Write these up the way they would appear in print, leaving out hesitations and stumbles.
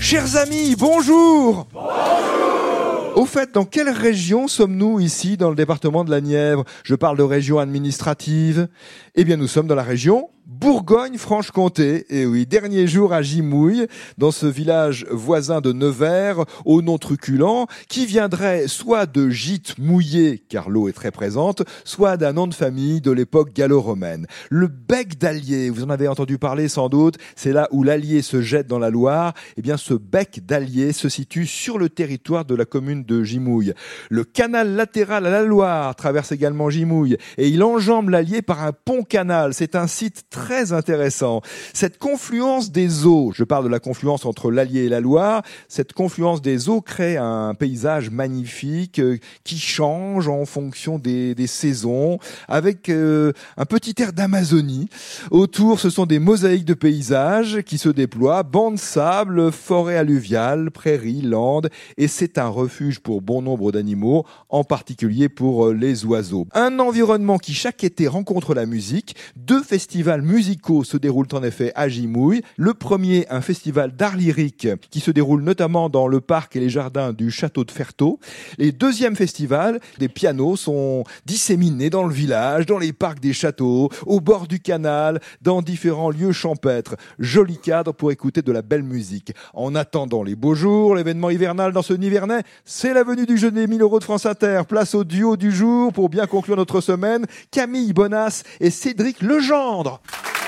Chers amis, bonjour. Au fait, dans quelle région sommes-nous ici dans le département de la Nièvre? Je parle de région administrative. Eh bien, nous sommes dans la région Bourgogne-Franche-Comté. Et oui, dernier jour à Gimouille, dans ce village voisin de Nevers, au nom truculent, qui viendrait soit de gîte mouillé, car l'eau est très présente, soit d'un nom de famille de l'époque gallo-romaine. Le bec d'Allier, vous en avez entendu parler sans doute, c'est là où l'Allier se jette dans la Loire. Eh bien, ce bec d'Allier se situe sur le territoire de la commune de Gimouille. Le canal latéral à la Loire traverse également Gimouille et il enjambe l'Allier par un pont-canal. C'est un site très intéressant. Cette confluence des eaux, je parle de la confluence entre l'Allier et la Loire, cette confluence des eaux crée un paysage magnifique qui change en fonction des saisons, avec un petit air d'Amazonie. Autour, ce sont des mosaïques de paysages qui se déploient, bancs de sable, forêts alluviales, prairies, landes, et c'est un refuge pour bon nombre d'animaux, en particulier pour les oiseaux. Un environnement qui chaque été rencontre la musique. 2 festivals musicaux se déroulent en effet à Gimouille. Le premier, un festival d'art lyrique qui se déroule notamment dans le parc et les jardins du château de Fertot. Et deuxième festival, des pianos sont disséminés dans le village, dans les parcs des châteaux, au bord du canal, dans différents lieux champêtres. Joli cadre pour écouter de la belle musique. En attendant les beaux jours, l'événement hivernal dans ce Nivernais, c'est la venue du jeu des 1000 € de France Inter. Place au duo du jour pour bien conclure notre semaine. Camille Bonas et Cédric Legendre.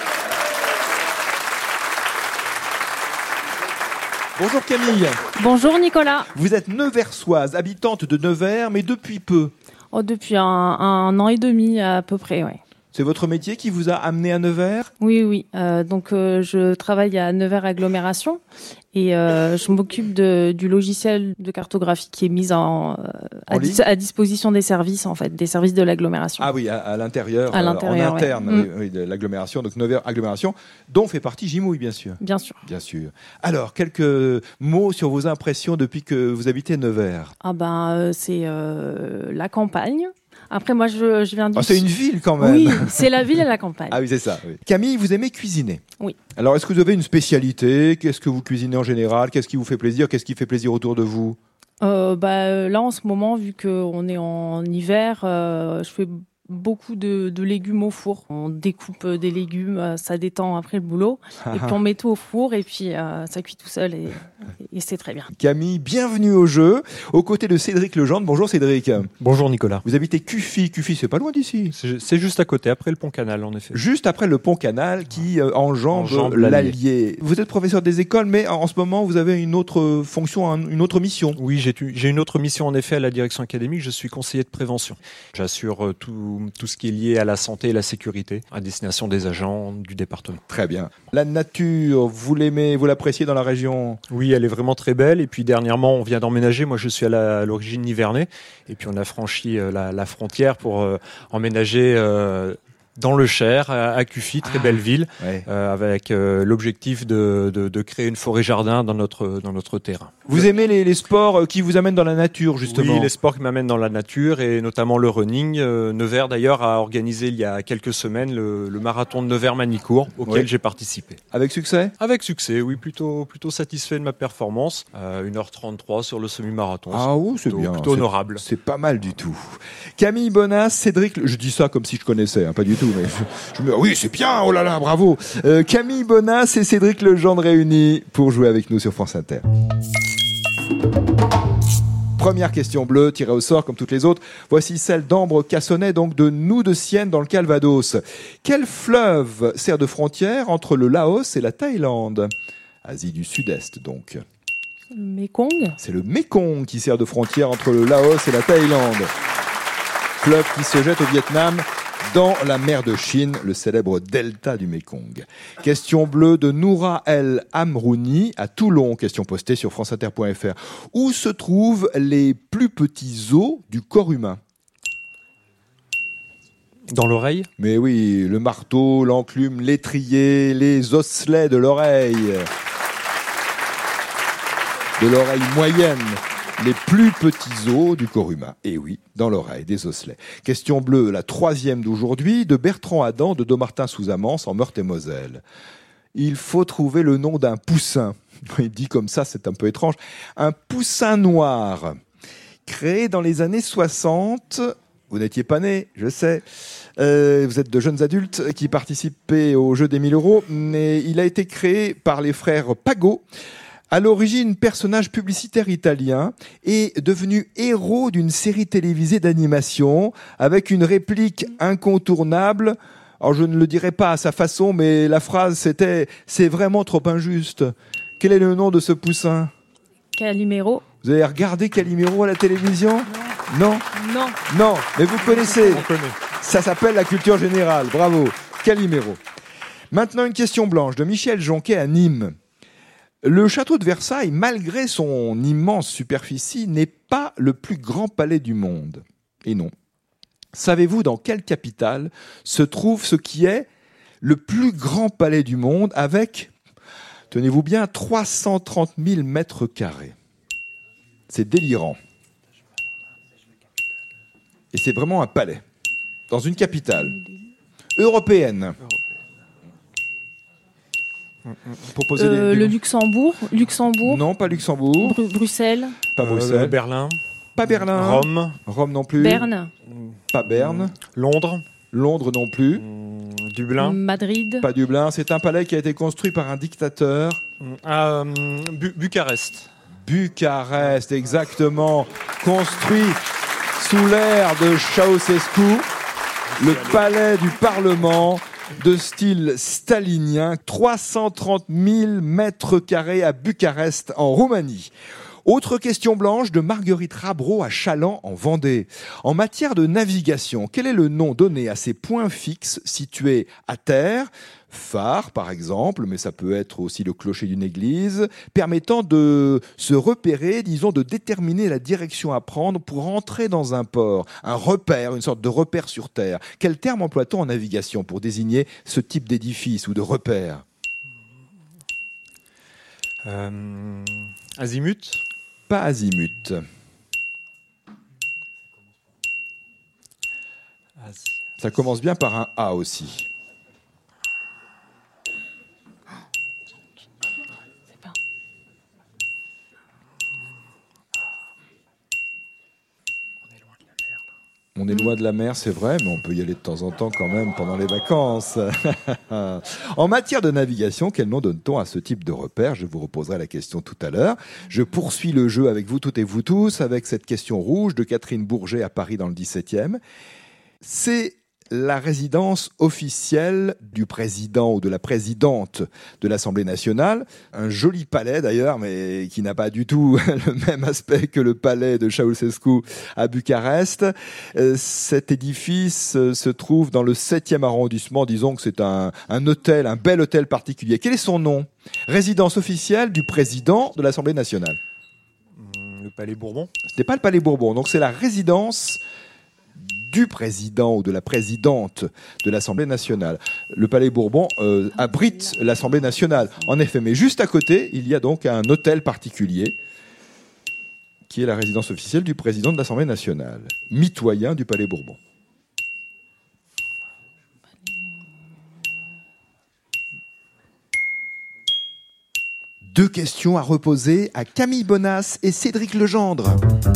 Bonjour Camille. Bonjour Nicolas. Vous êtes neversoise, habitante de Nevers, mais depuis peu. Depuis un an et demi à peu près, oui. C'est votre métier qui vous a amené à Nevers ? Oui. Je travaille à Nevers Agglomération et je m'occupe du logiciel de cartographie qui est mis à disposition des services, en fait, des services de l'agglomération. Ah oui, à l'intérieur, en interne, ouais. Oui, de l'agglomération, donc Nevers Agglomération, dont fait partie Gimouille, bien sûr. Bien sûr. Alors, quelques mots sur vos impressions depuis que vous habitez Nevers. C'est la campagne. Après, moi, je viens du... c'est une ville quand même. Oui, c'est la ville et la campagne. Ah oui, c'est ça. Oui. Camille, vous aimez cuisiner ? Oui. Alors, est-ce que vous avez une spécialité ? Qu'est-ce que vous cuisinez en général ? Qu'est-ce qui vous fait plaisir ? Qu'est-ce qui fait plaisir autour de vous ? Là, en ce moment, vu qu'on est en hiver, je fais beaucoup de légumes au four. On découpe des légumes, ça détend après le boulot. Et puis on met tout au four et puis ça cuit tout seul et c'est très bien. Camille, bienvenue au jeu. Aux côtés de Cédric Legendre. Bonjour Cédric. Bonjour Nicolas. Vous habitez Cuffy. Cuffy, c'est pas loin d'ici. C'est juste à côté, après le pont-canal en effet. Juste après le pont-canal qui enjambe l'Allier. Vous êtes professeur des écoles, mais en ce moment vous avez une autre fonction, une autre mission. Oui, j'ai une autre mission en effet à la direction académique. Je suis conseiller de prévention. J'assure tout ce qui est lié à la santé et la sécurité à destination des agents du département. Très bien. La nature, vous l'aimez, vous l'appréciez dans la région ? Oui, elle est vraiment très belle. Et puis dernièrement, on vient d'emménager. Moi, je suis à l'origine nivernais. Et puis on a franchi la frontière pour emménager dans le Cher, à Cuffy, très belle ville, ouais. Avec l'objectif de créer une forêt-jardin dans notre terrain. Vous aimez les sports qui vous amènent dans la nature, justement ? Oui, les sports qui m'amènent dans la nature et notamment le running. Nevers, d'ailleurs, a organisé il y a quelques semaines le marathon de Nevers-Manicourt, auquel j'ai participé. Avec succès ? Avec succès, oui, plutôt satisfait de ma performance. 1h33 sur le semi-marathon. Ah oui, c'est bien. Plutôt honorable. C'est pas mal du tout. Camille Bonas, Cédric, je dis ça comme si je connaissais, pas du tout. Mais oui, c'est bien, oh là là, bravo. Camille Bonas et Cédric Legendre réunis pour jouer avec nous sur France Inter. Première question bleue, tirée au sort comme toutes les autres. Voici celle d'Ambre Cassonnet, donc de Nous de Sienne dans le Calvados. Quel fleuve sert de frontière entre le Laos et la Thaïlande ? Asie du Sud-Est, donc. Le Mékong ? C'est le Mékong qui sert de frontière entre le Laos et la Thaïlande. Fleuve qui se jette au Vietnam dans la mer de Chine, le célèbre delta du Mékong. Question bleue de Noura El Amrouni à Toulon, question postée sur franceinter.fr. Où se trouvent les plus petits os du corps humain ? Dans l'oreille ? Mais oui, le marteau, l'enclume, l'étrier, les osselets de l'oreille. De l'oreille moyenne. Les plus petits os du corps humain. Et oui, dans l'oreille, des osselets. Question bleue, la 3e d'aujourd'hui, de Bertrand Adam de Dommartin-sous-Amance en Meurthe-et-Moselle. il faut trouver le nom d'un poussin. Il dit comme ça, c'est un peu étrange. Un poussin noir, créé dans les années 60. Vous n'étiez pas né, je sais. Vous êtes de jeunes adultes qui participaient au jeu des 1000 €, mais il a été créé par les frères Pagot. À l'origine, personnage publicitaire italien, et devenu héros d'une série télévisée d'animation avec une réplique incontournable. Alors je ne le dirai pas à sa façon, mais la phrase c'était « C'est vraiment trop injuste ». Quel est le nom de ce poussin ? Calimero. Vous avez regardé Calimero à la télévision ? Non. Non. Non, mais vous connaissez. On connaît. Ça s'appelle la culture générale. Bravo. Calimero. Maintenant, une question blanche de Michel Jonquet à Nîmes. Le château de Versailles, malgré son immense superficie, n'est pas le plus grand palais du monde. Et non. Savez-vous dans quelle capitale se trouve ce qui est le plus grand palais du monde avec, tenez-vous bien, 330 000 mètres carrés. C'est délirant. Et c'est vraiment un palais, dans une capitale européenne. Pour poser Le Luxembourg. Non, pas Luxembourg. Bruxelles. Pas Bruxelles. Berlin. Pas Berlin. Rome. Rome non plus. Berne. Pas Berne. Londres. Londres non plus. Dublin. Madrid. Pas Dublin. C'est un palais qui a été construit par un dictateur. Bucarest. Bucarest, exactement. Construit sous l'ère de Ceausescu. Le palais du Parlement de style stalinien. 330 000 mètres carrés à Bucarest, en Roumanie. Autre question blanche de Marguerite Rabreau à Chaland, en Vendée. En matière de navigation, quel est le nom donné à ces points fixes situés à terre, phare par exemple, mais ça peut être aussi le clocher d'une église, permettant de se repérer, disons de déterminer la direction à prendre pour entrer dans un port, un repère, une sorte de repère sur terre. Quel terme emploie-t-on en navigation pour désigner ce type d'édifice ou de repère ? Azimut. Pas azimut. Ça commence bien par un A aussi. On est loin de la mer, c'est vrai, mais on peut y aller de temps en temps quand même pendant les vacances. En matière de navigation, quel nom donne-t-on à ce type de repère ? Je vous reposerai la question tout à l'heure. Je poursuis le jeu avec vous toutes et vous tous avec cette question rouge de Catherine Bourget à Paris dans le 17e. C'est la résidence officielle du président ou de la présidente de l'Assemblée nationale. Un joli palais d'ailleurs, mais qui n'a pas du tout le même aspect que le palais de Ceausescu à Bucarest. Cet édifice se trouve dans le 7e arrondissement. Disons que c'est un hôtel, un bel hôtel particulier. Quel est son nom ? Résidence officielle du président de l'Assemblée nationale. Le Palais Bourbon. Ce n'est pas le Palais Bourbon, donc c'est la résidence du président ou de la présidente de l'Assemblée nationale. Le Palais Bourbon abrite l'Assemblée nationale, en effet. Mais juste à côté, il y a donc un hôtel particulier qui est la résidence officielle du président de l'Assemblée nationale, mitoyen du Palais Bourbon. Deux questions à reposer à Camille Bonas et Cédric Legendre.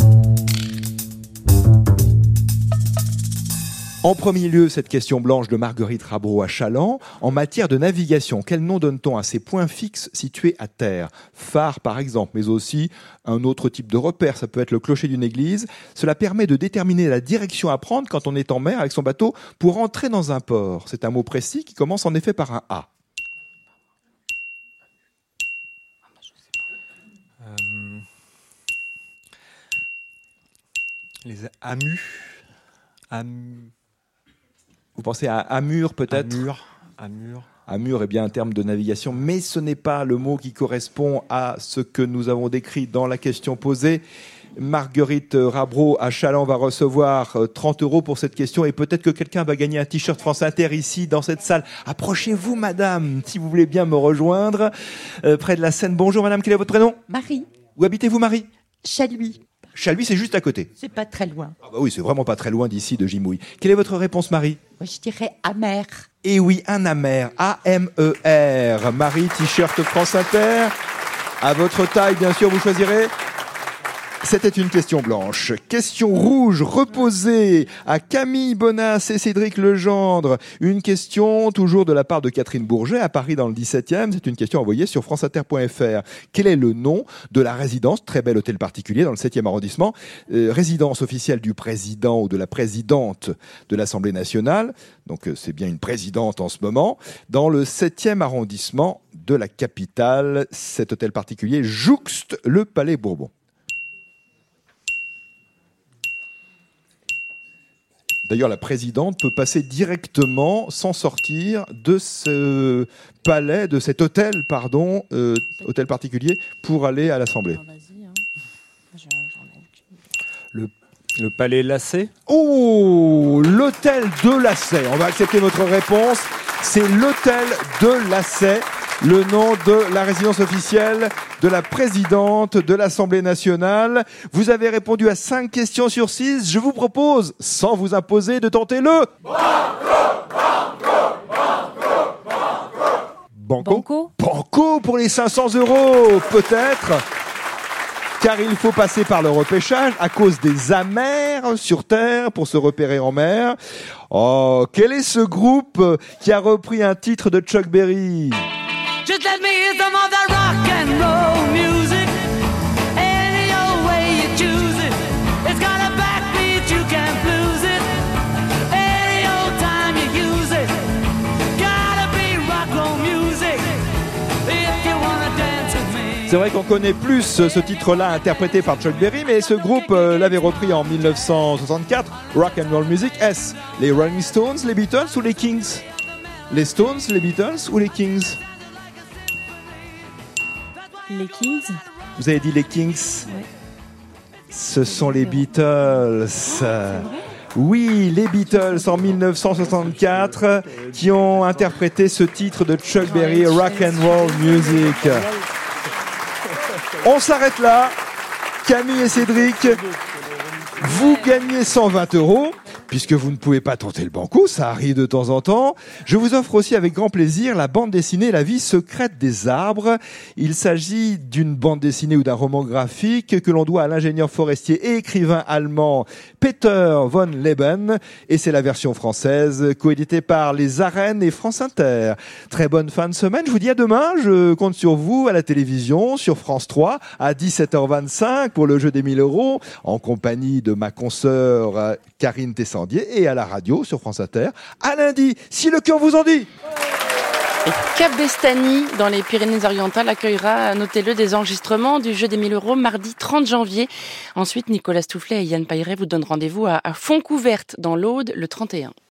En premier lieu, cette question blanche de Marguerite Rabreau à Chaland. En matière de navigation, quel nom donne-t-on à ces points fixes situés à terre ? Phare, par exemple, mais aussi un autre type de repère. Ça peut être le clocher d'une église. Cela permet de déterminer la direction à prendre quand on est en mer avec son bateau pour entrer dans un port. C'est un mot précis qui commence en effet par un A. Les Amus. Vous pensez à Amur peut-être ? Amur est bien un terme de navigation, mais ce n'est pas le mot qui correspond à ce que nous avons décrit dans la question posée. Marguerite Rabreau à Chaland va recevoir 30 € pour cette question et peut-être que quelqu'un va gagner un t-shirt France Inter ici dans cette salle. Approchez-vous madame, si vous voulez bien me rejoindre près de la scène. Bonjour madame, quel est votre prénom ? Marie. Où habitez-vous Marie ? Chaluis. Chaluis, c'est juste à côté. C'est pas très loin. Ah bah oui, c'est vraiment pas très loin d'ici de Gimouille. Quelle est votre réponse Marie ? Moi, je dirais amer. Et oui, un amer, A-M-E-R. Marie, t-shirt France Inter. À votre taille, bien sûr, vous choisirez. C'était une question blanche. Question rouge, reposée à Camille Bonas et Cédric Legendre. Une question toujours de la part de Catherine Bourget à Paris dans le 17e. C'est une question envoyée sur franceinter.fr. Quel est le nom de la résidence, très bel hôtel particulier dans le 7e arrondissement, résidence officielle du président ou de la présidente de l'Assemblée nationale. Donc c'est bien une présidente en ce moment. Dans le 7e arrondissement de la capitale, cet hôtel particulier jouxte le Palais Bourbon. D'ailleurs, la présidente peut passer directement, sans sortir, de ce palais, de cet hôtel, hôtel particulier, pour aller à l'Assemblée. Le palais Lassay. Oh, l'hôtel de Lassay. On va accepter votre réponse. C'est l'hôtel de Lassay, le nom de la résidence officielle de la présidente de l'Assemblée nationale. Vous avez répondu à 5 questions sur 6. Je vous propose, sans vous imposer, de tenter le... Banco pour les 500 €, peut-être. Car il faut passer par le repêchage à cause des amers sur Terre pour se repérer en mer. Oh, quel est ce groupe qui a repris un titre de Chuck Berry? Just let me hear some of that rock and roll music. Any old way you choose it. It's got a backbeat, you can't lose it. Any old time you use it. Gotta be rock roll music. If you wanna dance with me. C'est vrai qu'on connaît plus ce titre-là interprété par Chuck Berry, mais ce groupe l'avait repris en 1964. Rock and roll music. Est-ce les Rolling Stones, les Beatles ou les Kings? Les Stones, les Beatles ou les Kings? Les Kings. Vous avez dit les Kings? Ouais. Ce sont les Beatles. Oui, les Beatles en 1964 qui ont interprété ce titre de Chuck Berry, Rock and Roll Music. On s'arrête là. Camille et Cédric, vous gagnez 120 €. Puisque vous ne pouvez pas tenter le banco, ça arrive de temps en temps. Je vous offre aussi avec grand plaisir la bande dessinée La vie secrète des arbres. Il s'agit d'une bande dessinée ou d'un roman graphique que l'on doit à l'ingénieur forestier et écrivain allemand Peter von Leben. Et c'est la version française, coéditée par les Arènes et France Inter. Très bonne fin de semaine. Je vous dis à demain. Je compte sur vous à la télévision, sur France 3, à 17h25 pour le jeu des 1000 €, en compagnie de ma consoeur Karine Tessandier, et à la radio sur France Inter. À lundi, si le cœur vous en dit. Et Cabestany, dans les Pyrénées-Orientales, accueillera, notez-le, des enregistrements du jeu des 1000 € mardi 30 janvier. Ensuite, Nicolas Stoufflet et Yann Pailleret vous donnent rendez-vous à Fontcouverte, dans l'Aude, le 31.